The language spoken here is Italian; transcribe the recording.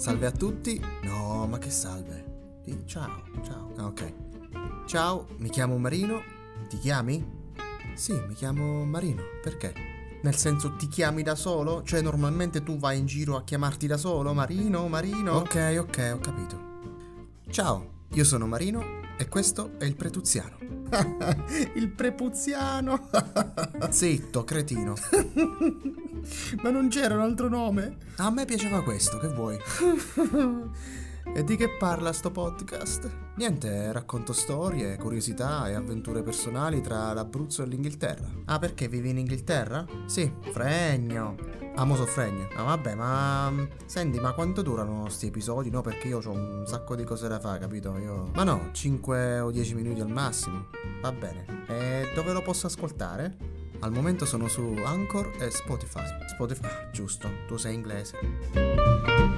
Salve a tutti. No, ma che salve? Ciao. Ah, ok. Ciao, mi chiamo Marino. Ti chiami? Sì, mi chiamo Marino. Perché? Nel senso, ti chiami da solo? Cioè, normalmente tu vai in giro a chiamarti da solo? Marino? Ok, ho capito. Ciao, io sono Marino e questo è il Pretuziano. Il Prepuziano. Zitto, cretino. Ma non c'era un altro nome? A me piaceva questo, che vuoi? E di che parla sto podcast? Niente, racconto storie, curiosità e avventure personali tra l'Abruzzo e l'Inghilterra. Ah, perché vivi in Inghilterra? Sì, fregno. Amo soffregno. Ah, vabbè, ma senti, ma quanto durano sti episodi? No, perché io ho un sacco di cose da fare, capito? Ma no, 5 o 10 minuti al massimo. Va bene. E dove lo posso ascoltare? Al momento sono su Anchor e Spotify. Spotify, giusto, tu sei inglese.